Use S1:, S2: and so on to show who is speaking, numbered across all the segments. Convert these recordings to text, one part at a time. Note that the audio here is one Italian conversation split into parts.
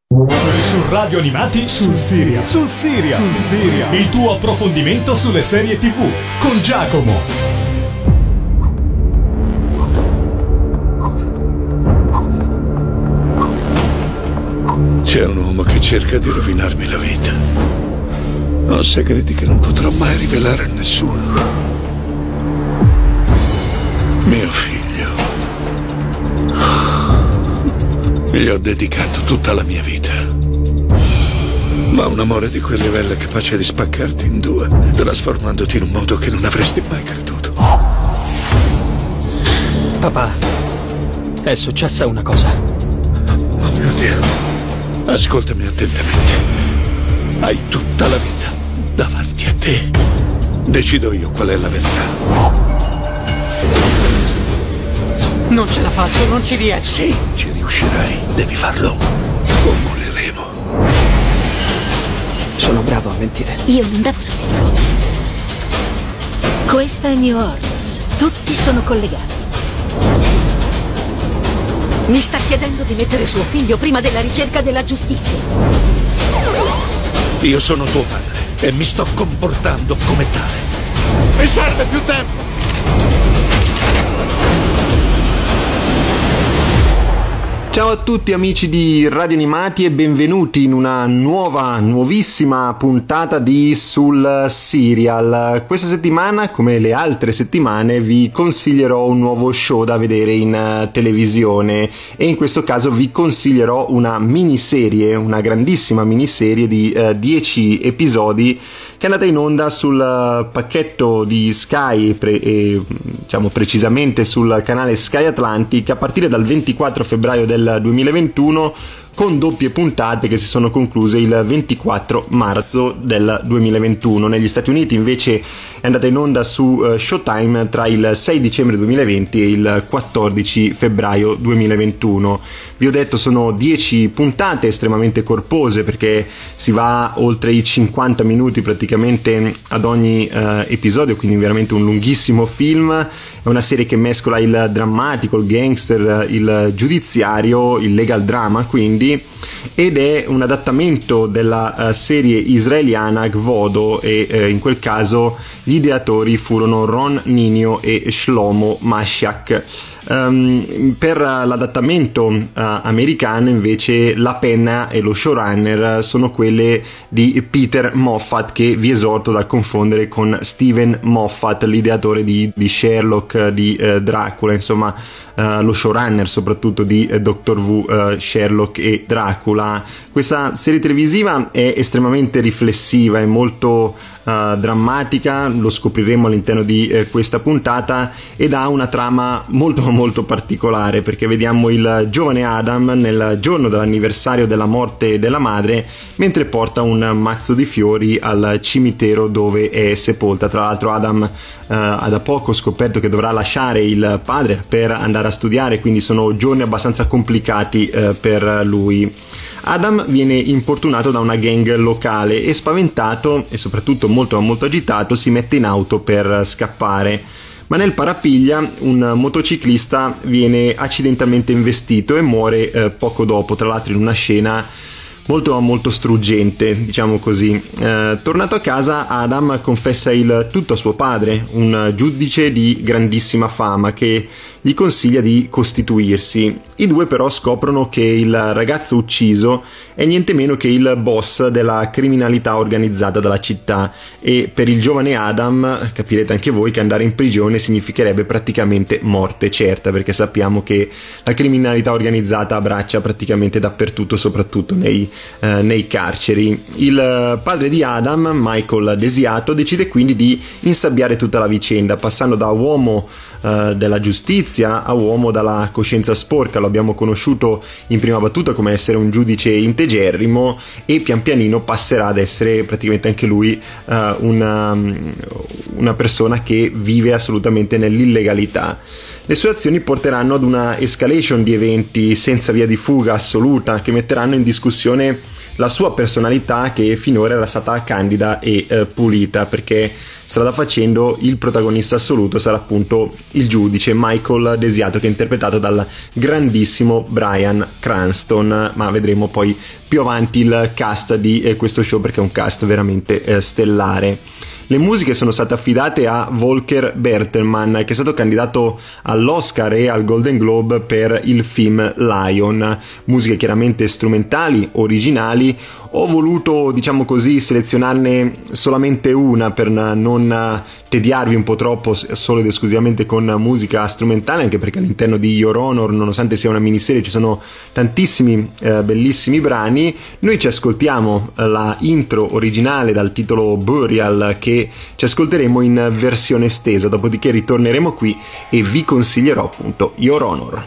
S1: Su Radio Animati sul Siria. Il tuo approfondimento sulle serie TV con Giacomo.
S2: C'è un uomo che cerca di rovinarmi la vita. Ho segreti che non potrò mai rivelare a nessuno. Mio figlio. Gli ho dedicato tutta la mia vita. Ma un amore di quel livello è capace di spaccarti in due, trasformandoti in un modo che non avresti mai creduto.
S3: Papà, è successa una cosa.
S2: Oh mio Dio. Ascoltami attentamente. Hai tutta la vita davanti a te. Decido io qual è la verità.
S3: Non ce la faccio, non ci riesco.
S2: Sì, ci riuscirai. Devi farlo o moriremo.
S3: Sono bravo a mentire.
S4: Io non devo saperlo. Questa è New Orleans. Tutti sono collegati. Mi sta chiedendo di mettere suo figlio prima della ricerca della giustizia.
S2: Io sono tuo padre e mi sto comportando come tale. Mi serve più tempo.
S5: Ciao a tutti amici di Radio Animati e benvenuti in una nuovissima puntata di Sul Serial. Questa settimana, come le altre settimane, vi consiglierò un nuovo show da vedere in televisione e in questo caso vi consiglierò una miniserie, una grandissima miniserie di 10 episodi che è andata in onda sul pacchetto di Sky, diciamo precisamente sul canale Sky Atlantic a partire dal 24 febbraio del 2021, con doppie puntate che si sono concluse il 24 marzo del 2021. Negli Stati Uniti invece è andata in onda su Showtime tra il 6 dicembre 2020 e il 14 febbraio 2021. Vi ho detto sono 10 puntate estremamente corpose perché si va oltre i 50 minuti praticamente ad ogni episodio, quindi veramente un lunghissimo film. È una serie che mescola il drammatico, il gangster, il giudiziario, il legal drama quindi, ed è un adattamento della serie israeliana Gvodo e in quel caso gli ideatori furono Ron Ninio e Shlomo Mashiach. Per l'adattamento americano invece la penna e lo showrunner sono quelle di Peter Moffat, che vi esorto dal confondere con Steven Moffat, l'ideatore di Sherlock, di Dracula, insomma lo showrunner soprattutto di Doctor Who, Sherlock e Dracula. Questa serie televisiva è estremamente riflessiva, è molto drammatica, lo scopriremo all'interno di questa puntata, ed ha una trama molto particolare perché vediamo il giovane Adam nel giorno dell'anniversario della morte della madre mentre porta un mazzo di fiori al cimitero dove è sepolta. Tra l'altro Adam ha da poco scoperto che dovrà lasciare il padre per andare a studiare, quindi sono giorni abbastanza complicati per lui. Adam viene importunato da una gang locale e spaventato e soprattutto molto agitato si mette in auto per scappare, ma nel parapiglia un motociclista viene accidentalmente investito e muore poco dopo, tra l'altro in una scena molto struggente, diciamo così. Tornato a casa, Adam confessa il tutto a suo padre, un giudice di grandissima fama che gli consiglia di costituirsi. I due però scoprono che il ragazzo ucciso è niente meno che il boss della criminalità organizzata della città, e per il giovane Adam capirete anche voi che andare in prigione significherebbe praticamente morte certa, perché sappiamo che la criminalità organizzata abbraccia praticamente dappertutto, soprattutto nei carceri. Il padre di Adam, Michael Desiato, decide quindi di insabbiare tutta la vicenda, passando da uomo della giustizia a uomo dalla coscienza sporca. Lo abbiamo conosciuto in prima battuta come essere un giudice integerrimo e pian pianino passerà ad essere praticamente anche lui una persona che vive assolutamente nell'illegalità. Le sue azioni porteranno ad una escalation di eventi senza via di fuga assoluta che metteranno in discussione la sua personalità, che finora era stata candida e pulita, perché strada facendo, il protagonista assoluto sarà appunto il giudice Michael Desiato, che è interpretato dal grandissimo Bryan Cranston, ma vedremo poi più avanti il cast di questo show, perché è un cast veramente stellare. Le musiche sono state affidate a Volker Bertelmann, che è stato candidato all'Oscar e al Golden Globe per il film Lion. Musiche chiaramente strumentali, originali. Ho voluto, diciamo così, selezionarne solamente una per non tediarvi un po' troppo solo ed esclusivamente con musica strumentale, anche perché all'interno di Your Honor, nonostante sia una miniserie, ci sono tantissimi bellissimi brani. Noi ci ascoltiamo la intro originale dal titolo Burial, che ci ascolteremo in versione estesa, dopodiché ritorneremo qui e vi consiglierò appunto Your Honor.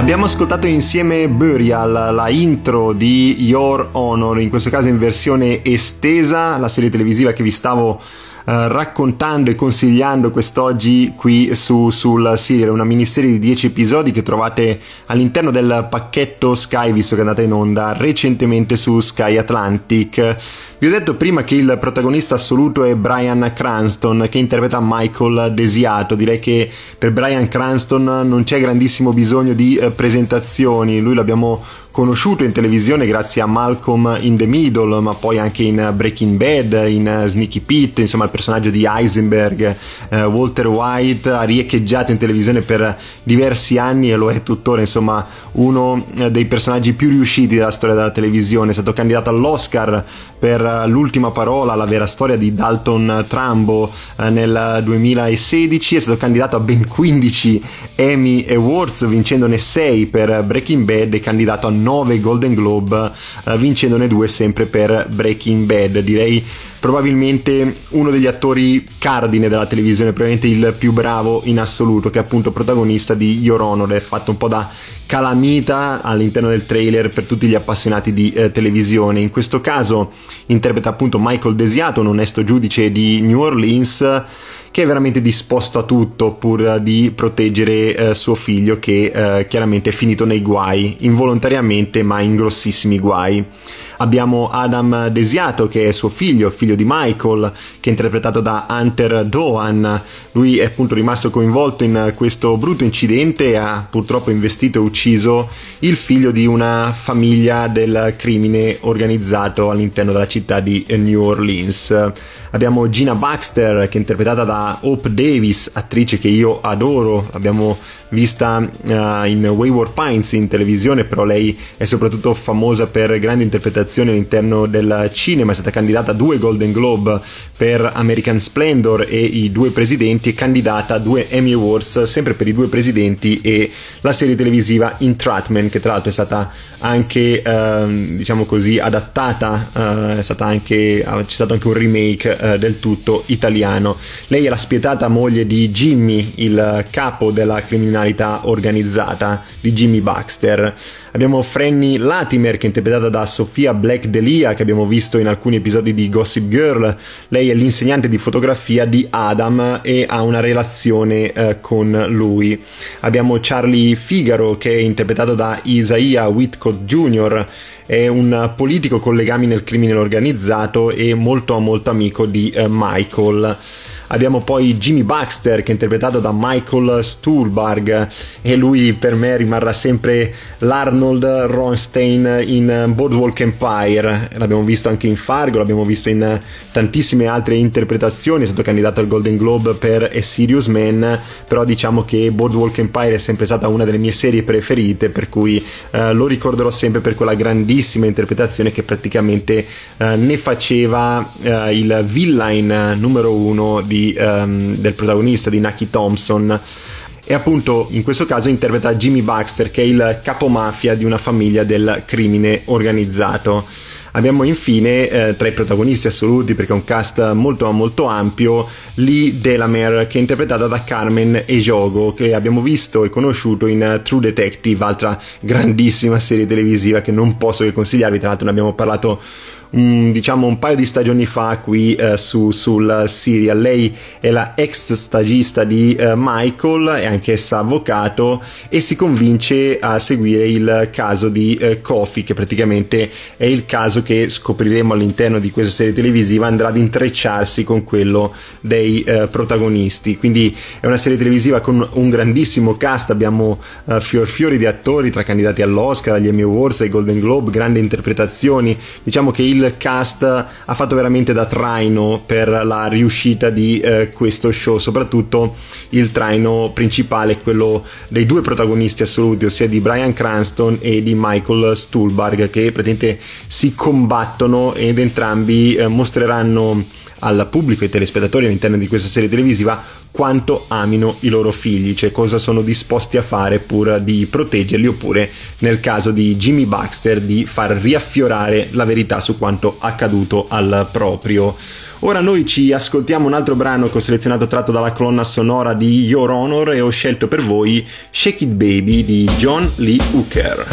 S5: Abbiamo ascoltato insieme Burial, la intro di Your Honor, in questo caso in versione estesa, la serie televisiva che vi stavo raccontando e consigliando quest'oggi qui sul Serial, una miniserie di 10 episodi che trovate all'interno del pacchetto Sky, visto che è andata in onda recentemente su Sky Atlantic. Vi ho detto prima che il protagonista assoluto è Bryan Cranston, che interpreta Michael Desiato. Direi che per Bryan Cranston non c'è grandissimo bisogno di presentazioni. Lui l'abbiamo conosciuto in televisione grazie a Malcolm in the Middle, ma poi anche in Breaking Bad, in Sneaky Pete, insomma il personaggio di Heisenberg. Walter White ha riecheggiato in televisione per diversi anni e lo è tuttora, insomma uno dei personaggi più riusciti della storia della televisione. È stato candidato all'Oscar per L'ultima parola, la vera storia di Dalton Trumbo nel 2016, è stato candidato a ben 15 Emmy Awards, vincendone 6 per Breaking Bad, e candidato a 9 Golden Globe, vincendone 2 sempre per Breaking Bad. Direi probabilmente uno degli attori cardine della televisione, probabilmente il più bravo in assoluto, che è appunto protagonista di Your Honor. È fatto un po' da calamita all'interno del trailer per tutti gli appassionati di televisione. In questo caso interpreta appunto Michael Desiato, un onesto giudice di New Orleans che è veramente disposto a tutto pur di proteggere suo figlio, che chiaramente è finito nei guai, involontariamente ma in grossissimi guai. Abbiamo Adam Desiato, che è suo figlio, figlio di Michael, che è interpretato da Hunter Doan. Lui è appunto rimasto coinvolto in questo brutto incidente e ha purtroppo investito e ucciso il figlio di una famiglia del crimine organizzato all'interno della città di New Orleans. Abbiamo Gina Baxter, che è interpretata da Hope Davis, attrice che io adoro. L'abbiamo vista in Wayward Pines in televisione, però lei è soprattutto famosa per grandi interpretazioni all'interno del cinema. È stata candidata a 2 Golden Globe per American Splendor e I due presidenti, e candidata a 2 Emmy Awards sempre per I due presidenti e la serie televisiva Entrapment, che tra l'altro è stata anche diciamo così adattata, c'è stato anche un remake del tutto italiano. Lei è la spietata moglie di Jimmy, il capo della criminalità organizzata, di Jimmy Baxter. Abbiamo Franny Latimer, che è interpretata da Sofia Black Delia, che abbiamo visto in alcuni episodi di Gossip Girl. Lei è l'insegnante di fotografia di Adam e ha una relazione con lui. Abbiamo Charlie Figaro, che è interpretato da Isaiah Whitcott Jr., è un politico con legami nel crimine organizzato e molto amico di Michael. Abbiamo poi Jimmy Baxter, che è interpretato da Michael Stuhlbarg, e lui per me rimarrà sempre l'Arnold Ronstein in Boardwalk Empire. L'abbiamo visto anche in Fargo, l'abbiamo visto in tantissime altre interpretazioni, è stato candidato al Golden Globe per A Serious Man, però diciamo che Boardwalk Empire è sempre stata una delle mie serie preferite, per cui lo ricorderò sempre per quella grandissima interpretazione che praticamente ne faceva il villain numero 1 del protagonista, di Nucky Thompson. E appunto in questo caso interpreta Jimmy Baxter, che è il capomafia di una famiglia del crimine organizzato. Abbiamo infine tra i protagonisti assoluti, perché è un cast molto ampio, Lee Delamere, che è interpretata da Carmen Ejogo, che abbiamo visto e conosciuto in True Detective, altra grandissima serie televisiva che non posso che consigliarvi. Tra l'altro ne abbiamo parlato un paio di stagioni fa qui sul Serial. Lei è la ex stagista di Michael, è anch'essa avvocato, e si convince a seguire il caso di Kofi, che praticamente è il caso che scopriremo all'interno di questa serie televisiva andrà ad intrecciarsi con quello dei protagonisti. Quindi è una serie televisiva con un grandissimo cast. Abbiamo fiori di attori tra candidati all'Oscar, agli Emmy Awards, ai Golden Globe, grandi interpretazioni. Diciamo che il cast ha fatto veramente da traino per la riuscita di questo show, soprattutto il traino principale, quello dei 2 protagonisti assoluti, ossia di Bryan Cranston e di Michael Stuhlbarg, che praticamente si combattono ed entrambi mostreranno al pubblico e ai telespettatori all'interno di questa serie televisiva quanto amino i loro figli, cioè cosa sono disposti a fare pur di proteggerli, oppure nel caso di Jimmy Baxter di far riaffiorare la verità su quanto accaduto al proprio Ora noi ci ascoltiamo un altro brano che ho selezionato tratto dalla colonna sonora di Your Honor e ho scelto per voi Shake It Baby di John Lee Hooker.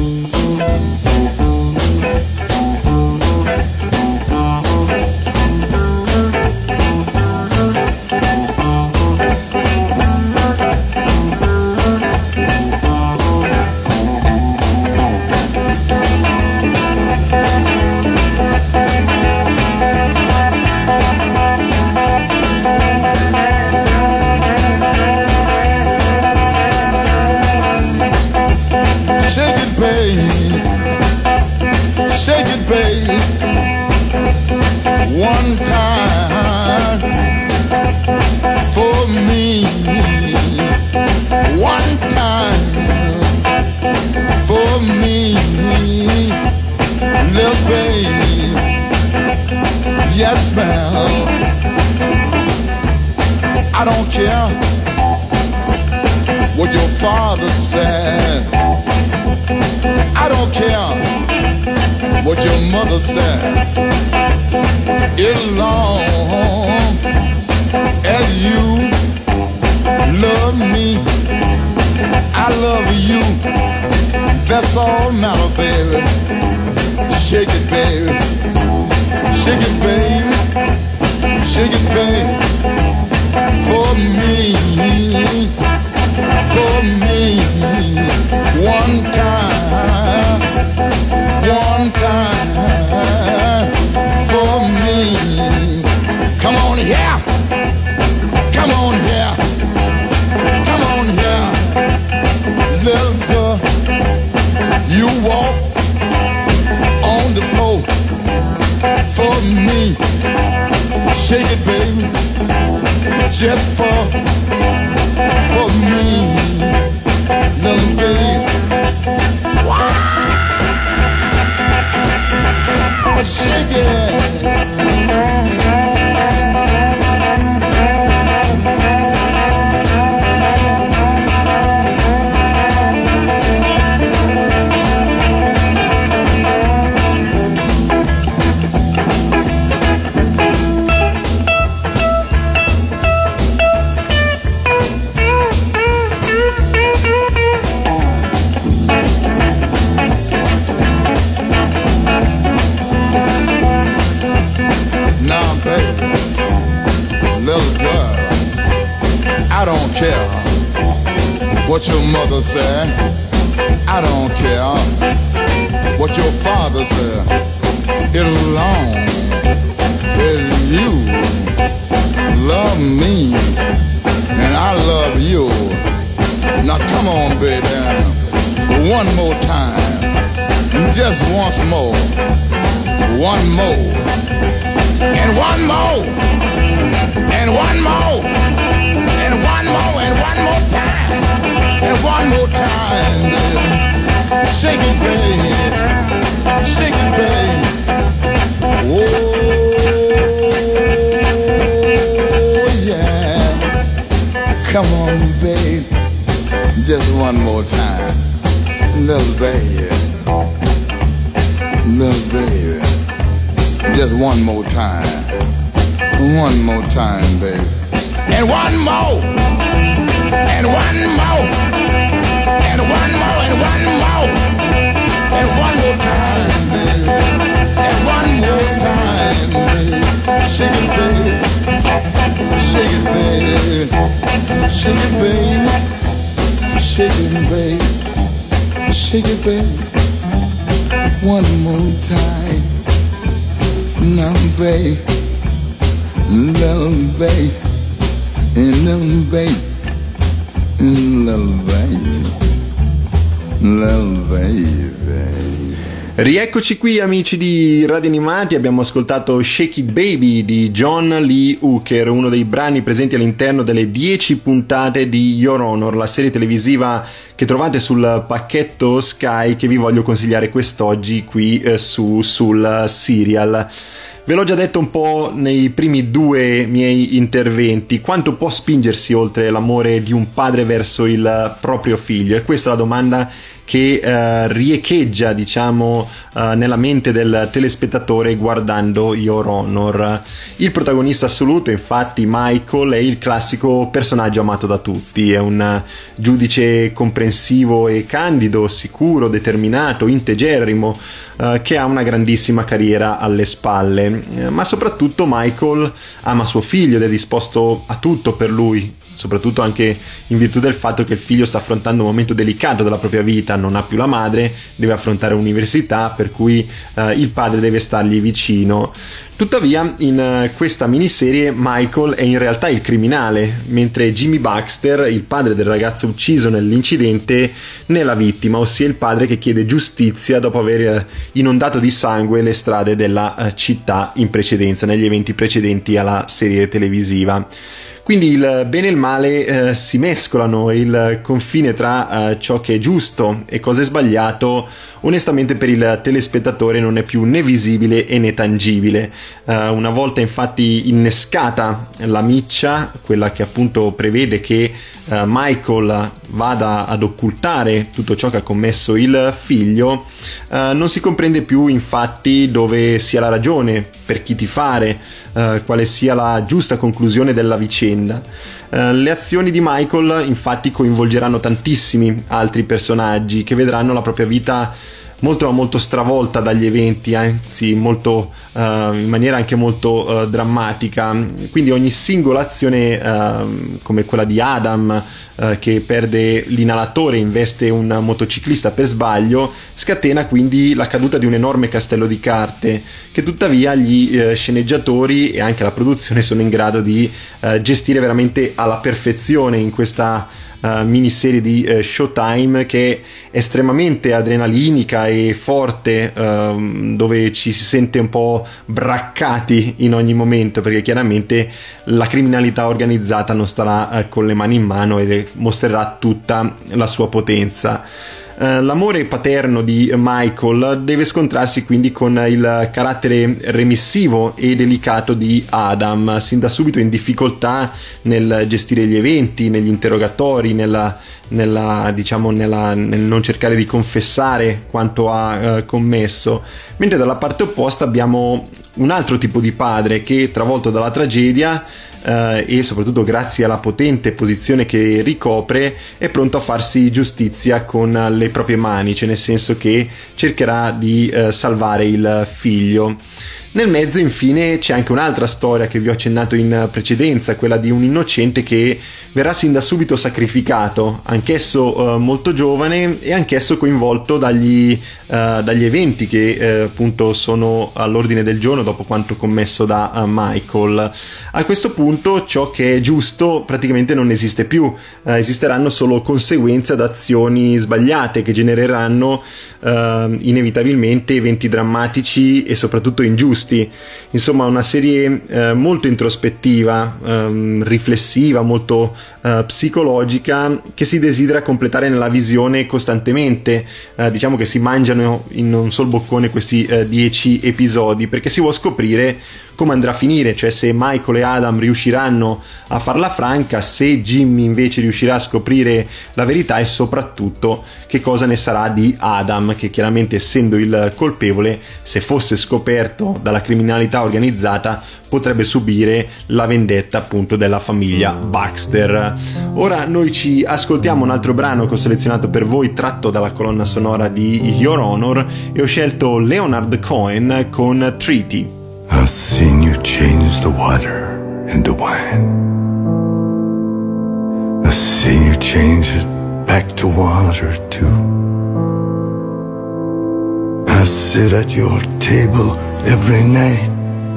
S6: One time for me, one time for me, little baby, yes ma'am. I don't care what your father said, I don't care what your mother said. As long as you love me, I love you. That's all now, baby. Shake it, baby. Shake it, baby. Shake it, baby. For me, for me. One time, one time. For me, come on here, come on here, come on here, little girl. You walk on the floor for me. Shake it, baby, just for me, little baby. Wow. Shake it. I don't care what your mother said, I don't care what your father said. As long as you love me and I love you. Now come on, baby, one more time, just once more, one more, and one more, and one more, and one more, and one more time, and one more time, baby. Shake it, baby, shake it, baby. Oh yeah, come on, baby, just one more time, little baby, little baby, just one more time, baby. And one more, and one more, and one more, and one more, and one more time, baby. And one more time, baby. Shake it, baby. Shake it, baby. Shake it, baby. Shake it, baby. Shake it, baby. One more time. Now, baby. Little baby. Little baby, little baby, little baby.
S5: Rieccoci qui amici di Radio Animati, abbiamo ascoltato Shake It Baby di John Lee Hooker, uno dei brani presenti all'interno delle 10 puntate di Your Honor, la serie televisiva che trovate sul pacchetto Sky che vi voglio consigliare quest'oggi qui sul Serial. Ve l'ho già detto un po' nei primi due miei interventi, quanto può spingersi oltre l'amore di un padre verso il proprio figlio? E questa è la domanda che riecheggia, diciamo, nella mente del telespettatore guardando Your Honor. Il protagonista assoluto, infatti, Michael, è il classico personaggio amato da tutti. È un giudice comprensivo e candido, sicuro, determinato, integerrimo, che ha una grandissima carriera alle spalle, ma soprattutto Michael ama suo figlio ed è disposto a tutto per lui, soprattutto anche in virtù del fatto che il figlio sta affrontando un momento delicato della propria vita, non ha più la madre, deve affrontare l'università, per cui il padre deve stargli vicino. Tuttavia, in questa miniserie Michael è in realtà il criminale, mentre Jimmy Baxter, il padre del ragazzo ucciso nell'incidente, ne è la vittima, ossia il padre che chiede giustizia dopo aver inondato di sangue le strade della città in precedenza, negli eventi precedenti alla serie televisiva. Quindi il bene e il male si mescolano, e il confine tra ciò che è giusto e cosa è sbagliato onestamente per il telespettatore non è più né visibile né tangibile. Una volta infatti innescata la miccia, quella che appunto prevede che Michael vada ad occultare tutto ciò che ha commesso il figlio, non si comprende più infatti dove sia la ragione, per chi tifare, quale sia la giusta conclusione della vicenda. Le azioni di Michael infatti coinvolgeranno tantissimi altri personaggi che vedranno la propria vita molto stravolta dagli eventi, anzi molto in maniera anche molto drammatica. Quindi ogni singola azione, come quella di Adam che perde l'inalatore e investe un motociclista per sbaglio, scatena quindi la caduta di un enorme castello di carte che tuttavia gli sceneggiatori e anche la produzione sono in grado di gestire veramente alla perfezione in questa miniserie di Showtime, che è estremamente adrenalinica e forte, dove ci si sente un po' braccati in ogni momento, perché chiaramente la criminalità organizzata non starà con le mani in mano e mostrerà tutta la sua potenza. L'amore paterno di Michael deve scontrarsi quindi con il carattere remissivo e delicato di Adam, sin da subito in difficoltà nel gestire gli eventi, negli interrogatori, nel non cercare di confessare quanto ha commesso, mentre dalla parte opposta abbiamo un altro tipo di padre che, travolto dalla tragedia, e soprattutto grazie alla potente posizione che ricopre, è pronto a farsi giustizia con le proprie mani, cioè nel senso che cercherà di salvare il figlio. Nel mezzo infine c'è anche un'altra storia che vi ho accennato in precedenza, quella di un innocente che verrà sin da subito sacrificato, anch'esso molto giovane e anch'esso coinvolto dagli eventi che appunto sono all'ordine del giorno dopo quanto commesso da Michael. A questo punto ciò che è giusto praticamente non esiste più, esisteranno solo conseguenze ad azioni sbagliate che genereranno inevitabilmente eventi drammatici e soprattutto ingiusti. Insomma, una serie molto introspettiva, riflessiva, molto psicologica, che si desidera completare nella visione costantemente. Diciamo che si mangiano in un sol boccone questi 10 episodi, perché si vuole scoprire come andrà a finire, cioè se Michael e Adam riusciranno a farla franca, se Jimmy invece riuscirà a scoprire la verità, e soprattutto che cosa ne sarà di Adam, che chiaramente, essendo il colpevole, se fosse scoperto dalla criminalità organizzata, potrebbe subire la vendetta appunto della famiglia Baxter. Ora noi ci ascoltiamo un altro brano che ho selezionato per voi, tratto dalla colonna sonora di Your Honor, e ho scelto Leonard Cohen con Treaty.
S7: I've seen you change the water into wine. I've seen you change it back to water too. I sit at your table every night.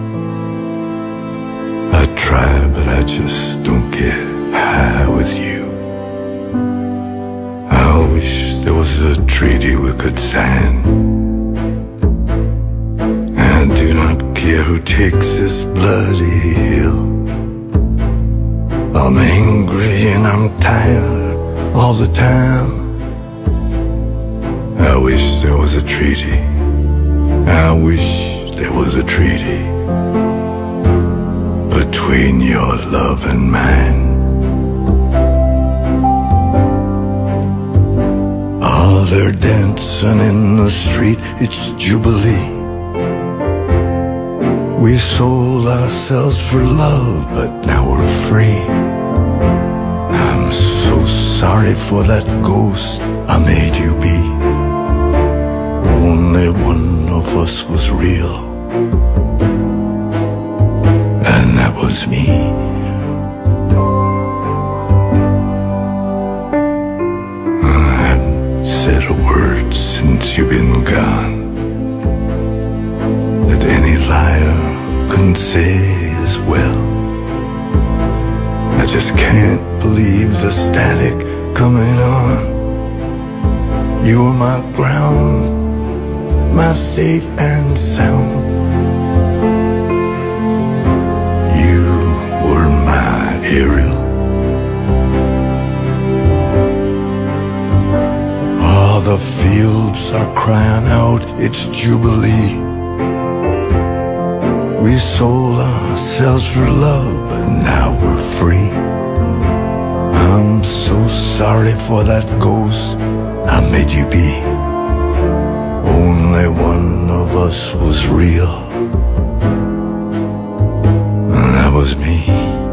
S7: I try, but I just don't get high with you. I wish there was a treaty we could sign. I do not care who takes this bloody hill. I'm angry and I'm tired all the time. I wish there was a treaty. I wish there was a treaty between your love and mine. Are there they're dancing in the street, it's Jubilee. We sold ourselves for love, but now we're free. I'm so sorry for that ghost I made you be. Only one of us was real, and that was me. I haven't said a word since you've been gone that any liar couldn't say as well. I just can't believe the static coming on. You were my ground, my safe and sound. You were my Ariel. All the fields are crying out, it's Jubilee. We sold ourselves for love, but now we're free. I'm so sorry for that ghost I made you be. Only one of us was real, and that was me.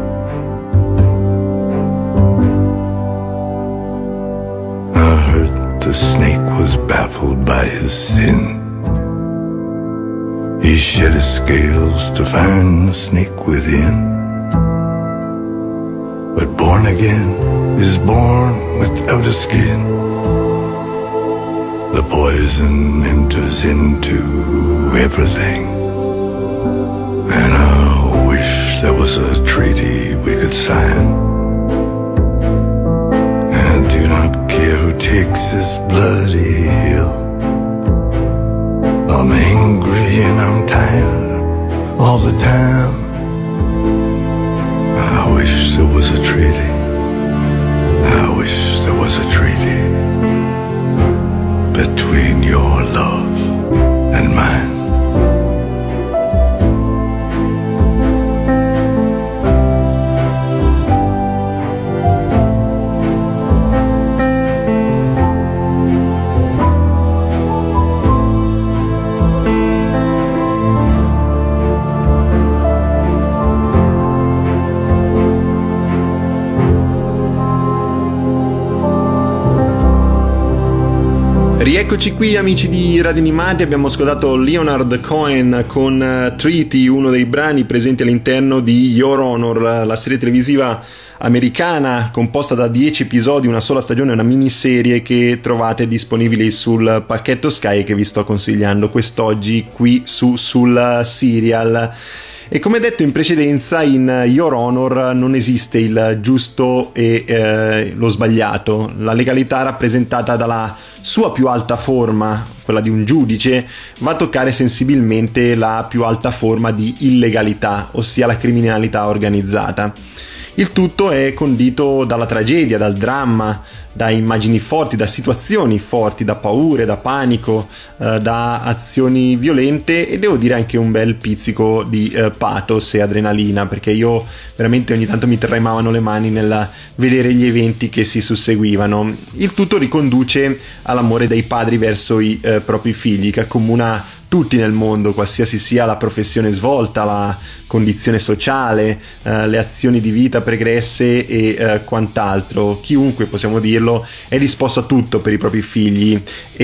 S7: I heard the snake was baffled by his sin. He shed his scales to find the snake within. But born again is born without a skin. The poison enters into everything. And I wish there was a treaty we could sign. I do not care who takes this bloody hill. I'm angry and I'm tired all the time. I wish there was a treaty. I wish there was a treaty between your love and mine.
S5: Rieccoci qui amici di Radio Animati, abbiamo ascoltato Leonard Cohen con Treaty, uno dei brani presenti all'interno di Your Honor, la serie televisiva americana composta da 10 episodi, una sola stagione, una miniserie che trovate disponibili sul pacchetto Sky che vi sto consigliando quest'oggi qui sul Serial. E come detto in precedenza, in Your Honor non esiste il giusto e lo sbagliato. La legalità rappresentata dalla sua più alta forma, quella di un giudice, va a toccare sensibilmente la più alta forma di illegalità, ossia la criminalità organizzata. Il tutto è condito dalla tragedia, dal dramma, da immagini forti, da situazioni forti, da paure, da panico, da azioni violente e devo dire anche un bel pizzico di pathos e adrenalina, perché io veramente ogni tanto mi tremavano le mani nel vedere gli eventi che si susseguivano. Il tutto riconduce all'amore dei padri verso i propri figli, che accomuna tutti nel mondo, qualsiasi sia la professione svolta, la condizione sociale, le azioni di vita pregresse e quant'altro. Chiunque, possiamo dirlo, è disposto a tutto per i propri figli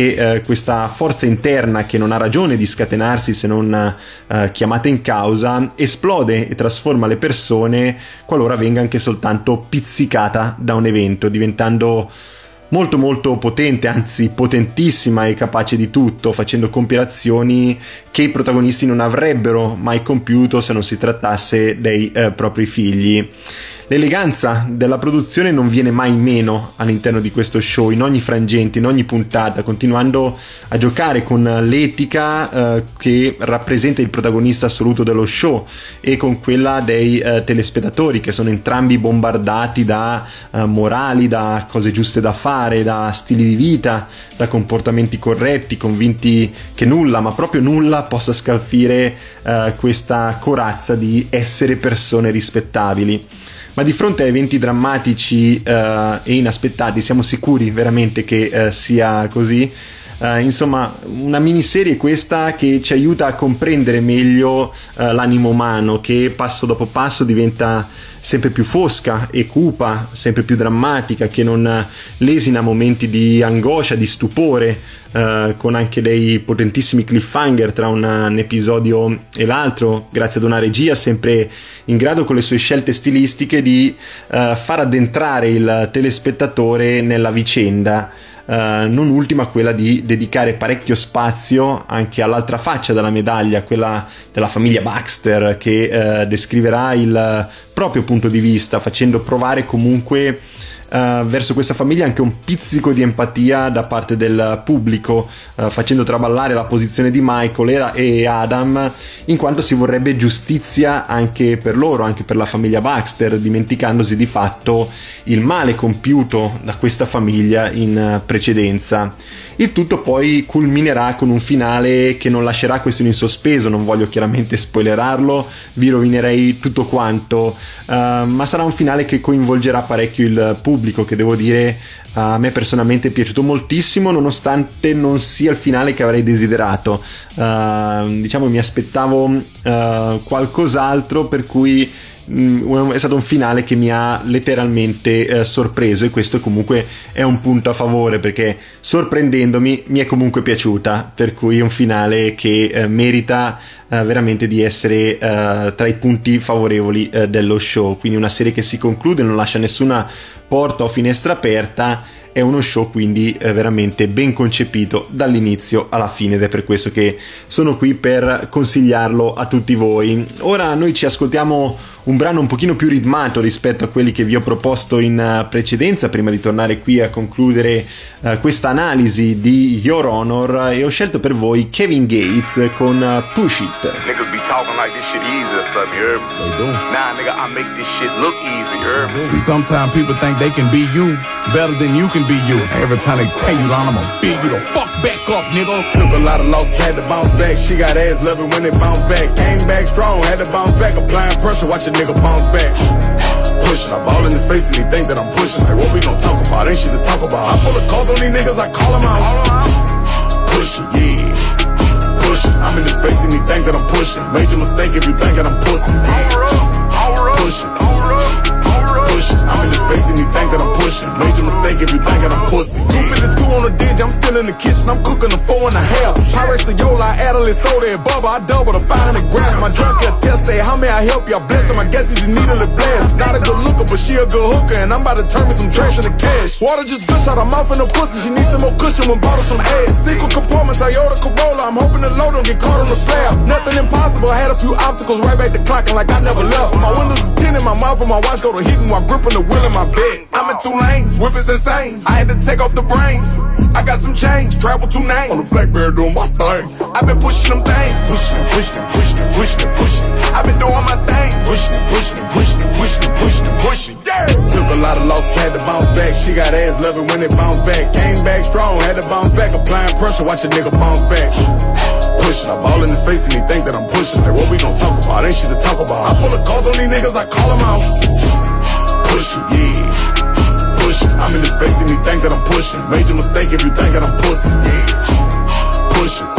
S5: e questa forza interna che non ha ragione di scatenarsi se non chiamata in causa esplode e trasforma le persone qualora venga anche soltanto pizzicata da un evento, diventando molto molto potente, anzi potentissima e capace di tutto, facendo compiere azioni che i protagonisti non avrebbero mai compiuto se non si trattasse dei propri figli. L'eleganza della produzione non viene mai meno all'interno di questo show, in ogni frangente, in ogni puntata, continuando a giocare con l'etica che rappresenta il protagonista assoluto dello show e con quella dei telespettatori, che sono entrambi bombardati da morali, da cose giuste da fare, da stili di vita, da comportamenti corretti, convinti che nulla, ma proprio nulla, possa scalfire questa corazza di essere persone rispettabili. ma di fronte a eventi drammatici e inaspettati siamo sicuri veramente che sia così. Insomma, una miniserie questa che ci aiuta a comprendere meglio l'animo umano, che passo dopo passo diventa sempre più fosca e cupa, sempre più drammatica, che non lesina momenti di angoscia, di stupore, con anche dei potentissimi cliffhanger tra un episodio e l'altro, grazie ad una regia sempre in grado con le sue scelte stilistiche di far addentrare il telespettatore nella vicenda. Non ultima quella di dedicare parecchio spazio anche all'altra faccia della medaglia, quella della famiglia Baxter, che descriverà il proprio punto di vista, facendo provare comunque verso questa famiglia anche un pizzico di empatia da parte del pubblico, facendo traballare la posizione di Michael e Adam, in quanto si vorrebbe giustizia anche per loro, anche per la famiglia Baxter, dimenticandosi di fatto il male compiuto da questa famiglia in precedenza. Il tutto poi culminerà con un finale che non lascerà questioni in sospeso, non voglio chiaramente spoilerarlo, vi rovinerei tutto quanto, ma sarà un finale che coinvolgerà parecchio il pubblico, che devo dire a me personalmente è piaciuto moltissimo, nonostante non sia il finale che avrei desiderato. Diciamo mi aspettavo qualcos'altro, per cui è stato un finale che mi ha letteralmente sorpreso, e questo comunque è un punto a favore, perché sorprendendomi mi è comunque piaciuta, per cui è un finale che merita veramente di essere tra i punti favorevoli dello show. Quindi una serie che si conclude, non lascia nessuna porta o finestra aperta, è uno show quindi veramente ben concepito dall'inizio alla fine, ed è per questo che sono qui per consigliarlo a tutti voi. Ora noi ci ascoltiamo un brano un pochino più ritmato rispetto a quelli che vi ho proposto in precedenza, prima di tornare qui a concludere questa analisi di Your Honor, e ho scelto per voi Kevin Gates con Push It.
S8: Niggas be talking like this shit easy or something, you heard me? They do. Nah, nigga, I make this shit look easy, you heard me?
S6: See, sometimes people think they can be you better than you can be you. Every time they tell you I'm gonna beat you the fuck back up, nigga. Took a lot of losses, had to bounce back. She got ass loving when it bounce back. Came back strong, had to bounce back. Applying pressure, watch a nigga bounce back. Pushing, I ball in his face and he think that I'm pushing. Like, what we gon' talk about? Ain't shit to talk about. I pull the calls on these niggas, I call them out. Pushing, yeah. Pushing, I'm in his face and he think that I'm pushing. Major mistake if you think that I'm pussy. Pushing, pushing, I'm in his face and he think that I'm pushing. Major mistake if you think that I'm pussy. 252 on the ditch, I'm still in the kitchen, I'm cooking a 4 1/2. Pyrex the Yola, Adelaide soda and Bubba, I double the 500 grams. My drunk got tested, how may I help you? I blessed him, I guess he just needed a blast. Not a good looker, but she a good hooker, and I'm about to turn me some trash into cash. Water just gush out her mouth in the pussy, she needs some more cushion when bought her some ass. Secret compartment, Toyota Corolla, I'm hoping the load don't get caught on the slab. Nothing impossible, I had a few obstacles, right back to clocking like I never left. My windows is tinted, my mouth and my watch go to hitting while gripping the wheel in my bed. I'm in 2 lanes, whip is insane, I had to take off the brain. I got some change, travel 2 names. On the Blackberry doing my thing. I've been pushing them things. Pushing and pushing and pushing and pushing and pushing. I've been doing my thing. Pushing and pushing and pushing and pushing and pushing and pushing. Yeah. Took a lot of losses, had to bounce back. She got ass loving when it bounced back. Came back strong, had to bounce back. Applying pressure, watch a nigga bounce back. Pushing, I ball in his face and he think that I'm pushing. Like, what we gon' talk about? Ain't shit to talk about. I pull the calls on these niggas, I call them out. Pushing, yeah. Pushing, I'm in his face and he think that I'm pushing. Major mistake if you think that I'm pussy, yeah. Pushing,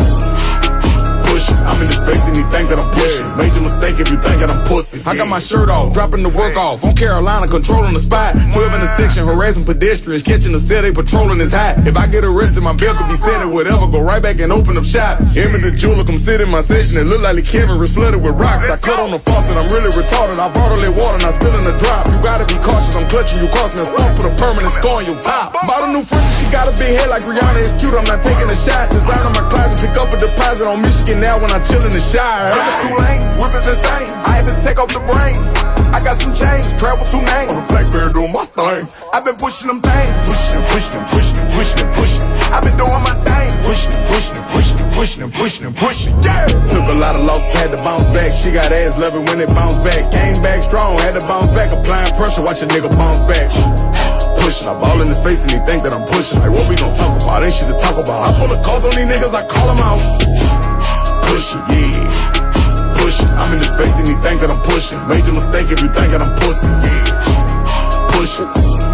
S6: pushing, I'm in his face and he think that I'm pushing. Major mistake if you think that I'm pussy, yeah. I got my shirt off, dropping the work off. On Carolina, controlling the spot. 12 in the section, harassing pedestrians. Catching the set, they patrolling his hot. If I get arrested, my bail could be set or whatever. Go right back and open up shop. Him and the jeweler come sit in my session. It look like Kevin was flooded with rocks. I cut on the faucet, I'm really retarded. I bottle that water and I spill in the drop. You gotta be cautious, I'm clutching you costing us. Pump, put a permanent scar on your top. Bought a new friend, she got a big head like Rihanna. It's cute, I'm not taking a shot. Design on my closet, pick up a deposit on Michigan now when I chill in the Shire. I'm in 2 lanes, whip is insane. I had to take off the brain. I got some change, travel 2 names. On the Blackberry doing my thing. I've been pushing them things. Pushing and pushing and pushing and pushing and pushing. I've been doing my thing. Pushing and pushing and pushing and pushing and pushing and pushing. Yeah. Took a lot of losses, had to bounce back. She got ass loving when it bounced back. Came back strong, had to bounce back. Applying pressure, watch a nigga bounce back. Pushing, I ball in his face and he think that I'm pushing. Like, what we gon' talk about? Ain't shit to talk about. I pull the calls on these niggas, I call them out. Pushing, yeah. Pushing, I'm in his face and he think that I'm pushing. Major mistake if you think that I'm pussy, yeah.
S9: pushing.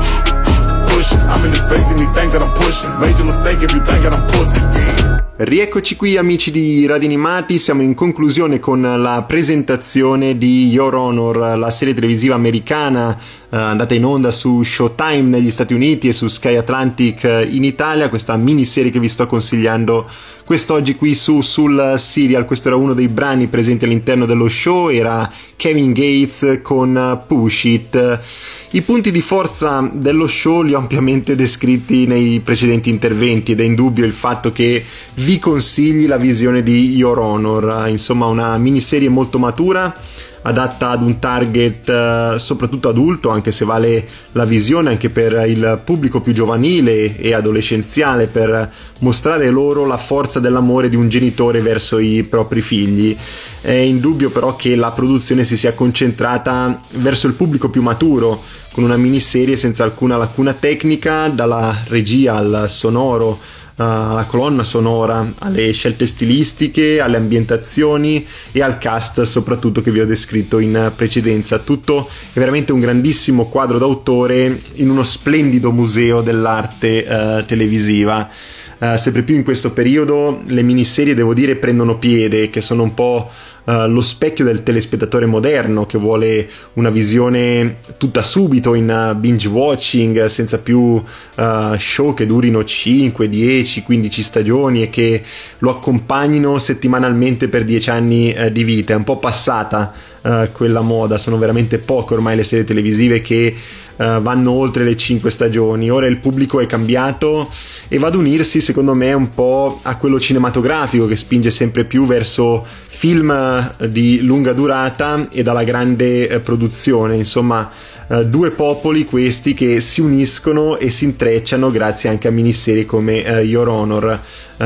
S9: I'm in his face and he think that I'm pushing. Major mistake if you think that I'm pussy.
S5: Rieccoci qui amici di Radio Animati, siamo in conclusione con la presentazione di Your Honor, la serie televisiva americana andata in onda su Showtime negli Stati Uniti e su Sky Atlantic in Italia, questa miniserie che vi sto consigliando quest'oggi qui sul Serial. Questo era uno dei brani presenti all'interno dello show, era Kevin Gates con Push It. I punti di forza dello show li ho ampiamente descritti nei precedenti interventi ed è indubbio il fatto che vi consigli la visione di Your Honor, insomma una miniserie molto matura, adatta ad un target soprattutto adulto, anche se vale la visione anche per il pubblico più giovanile e adolescenziale, per mostrare loro la forza dell'amore di un genitore verso i propri figli. È indubbio però che la produzione si sia concentrata verso il pubblico più maturo, con una miniserie senza alcuna lacuna tecnica, dalla regia al sonoro, alla colonna sonora, alle scelte stilistiche, alle ambientazioni e al cast soprattutto che vi ho descritto in precedenza. Tutto è veramente un grandissimo quadro d'autore in uno splendido museo dell'arte televisiva. Sempre più in questo periodo le miniserie, devo dire, prendono piede, che sono un po' lo specchio del telespettatore moderno che vuole una visione tutta subito in binge watching, senza più show che durino 5, 10, 15 stagioni e che lo accompagnino settimanalmente per 10 anni di vita. È un po' passata quella moda, sono veramente poche ormai le serie televisive che vanno oltre le 5 stagioni. Ora il pubblico è cambiato e va ad unirsi, secondo me, un po' a quello cinematografico che spinge sempre più verso film di lunga durata e dalla grande produzione. Insomma, due popoli questi che si uniscono e si intrecciano grazie anche a miniserie come Your Honor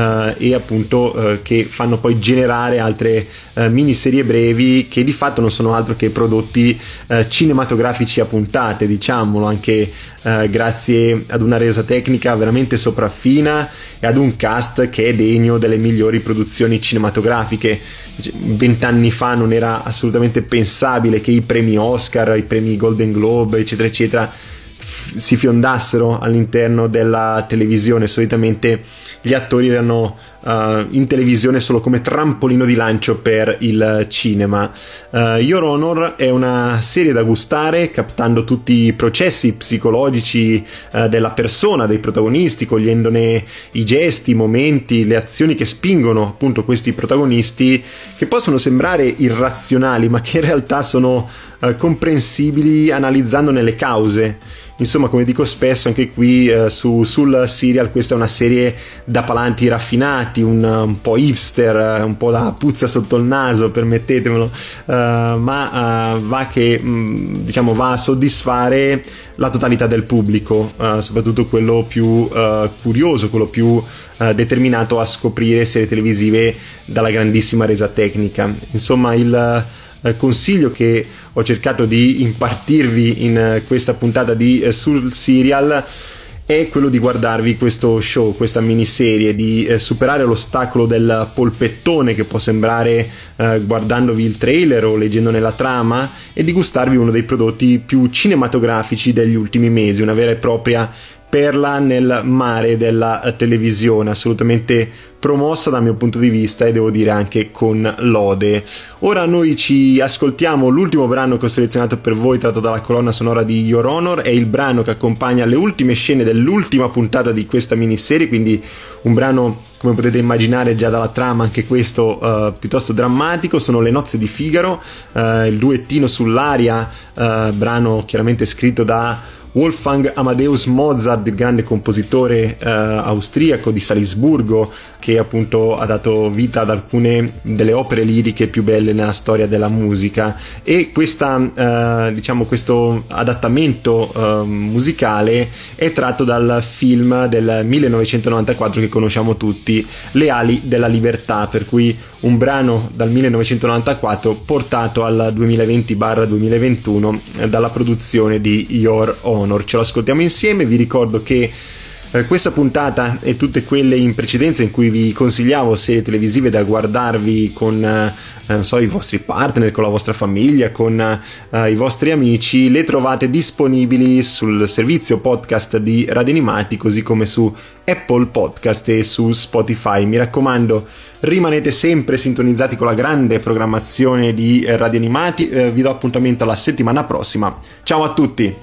S5: e appunto che fanno poi generare altre miniserie brevi che di fatto non sono altro che prodotti cinematografici a puntate, diciamolo, anche grazie ad una resa tecnica veramente sopraffina e ad un cast che è degno delle migliori produzioni cinematografiche. 20 anni fa non era assolutamente pensabile che i premi Oscar, i premi Golden Globe, eccetera eccetera, si fiondassero all'interno della televisione. Solitamente gli attori erano in televisione solo come trampolino di lancio per il cinema. Your Honor è una serie da gustare, captando tutti i processi psicologici della persona, dei protagonisti, cogliendone i gesti, i momenti, le azioni che spingono appunto questi protagonisti, che possono sembrare irrazionali ma che in realtà sono comprensibili analizzandone le cause. Insomma, come dico spesso anche qui sul Serial, questa è una serie da palanti raffinati, un po' hipster, un po' da puzza sotto il naso, permettetemelo, ma va a soddisfare la totalità del pubblico, soprattutto quello più curioso, quello più determinato a scoprire serie televisive dalla grandissima resa tecnica. Insomma, il consiglio che ho cercato di impartirvi in questa puntata di sul Serial è quello di guardarvi questo show, questa miniserie, di superare l'ostacolo del polpettone che può sembrare guardandovi il trailer o leggendone la trama, e di gustarvi uno dei prodotti più cinematografici degli ultimi mesi, una vera e propria perla nel mare della televisione, assolutamente promossa dal mio punto di vista e devo dire anche con lode. Ora noi ci ascoltiamo l'ultimo brano che ho selezionato per voi, tratto dalla colonna sonora di Your Honor. È il brano che accompagna le ultime scene dell'ultima puntata di questa miniserie, quindi un brano, come potete immaginare già dalla trama, anche questo piuttosto drammatico. Sono Le nozze di Figaro, il duettino sull'aria, brano chiaramente scritto da Wolfgang Amadeus Mozart, il grande compositore austriaco di Salisburgo, che appunto ha dato vita ad alcune delle opere liriche più belle nella storia della musica. E questo adattamento musicale è tratto dal film del 1994 che conosciamo tutti, Le ali della libertà, per cui un brano dal 1994 portato al 2020-2021 dalla produzione di Your Honor. Ce lo ascoltiamo insieme. Vi ricordo che Questa puntata e tutte quelle in precedenza in cui vi consigliavo serie televisive da guardarvi con non so, i vostri partner, con la vostra famiglia, con i vostri amici, le trovate disponibili sul servizio podcast di Radio Animati, così come su Apple Podcast e su Spotify. Mi raccomando, rimanete sempre sintonizzati con la grande programmazione di Radio Animati. Vi do appuntamento alla settimana prossima. Ciao a tutti!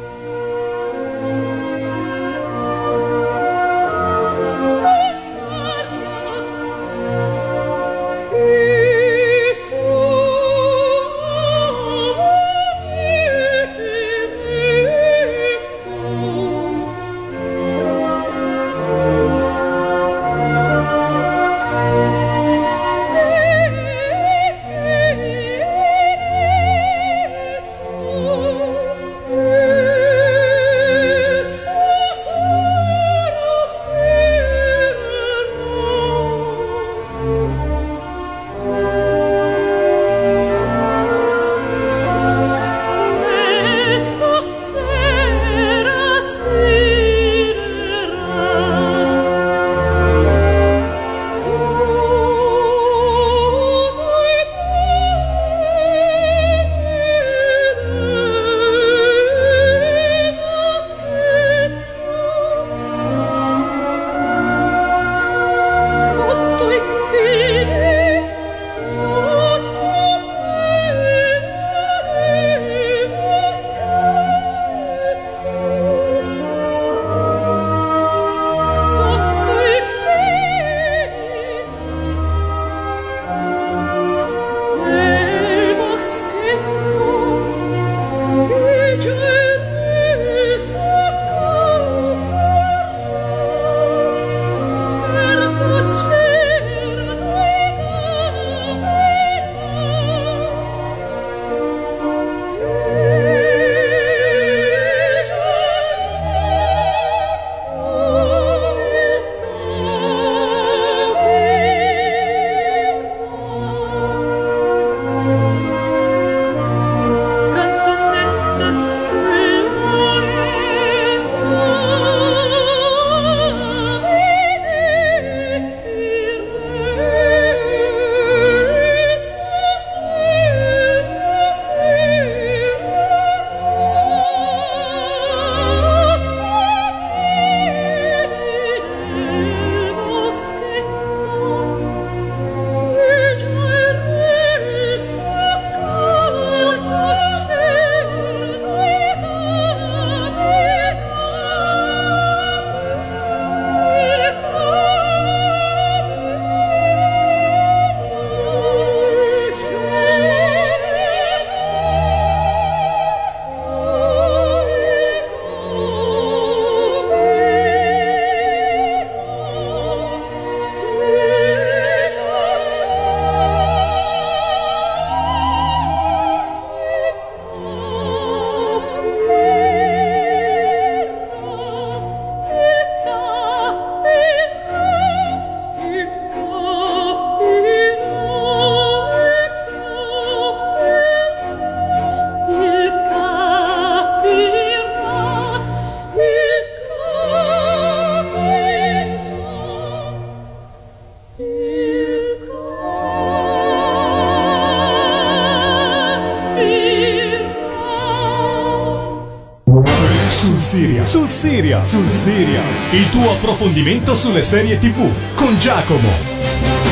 S1: Sul Serial, il tuo approfondimento sulle serie TV con Giacomo.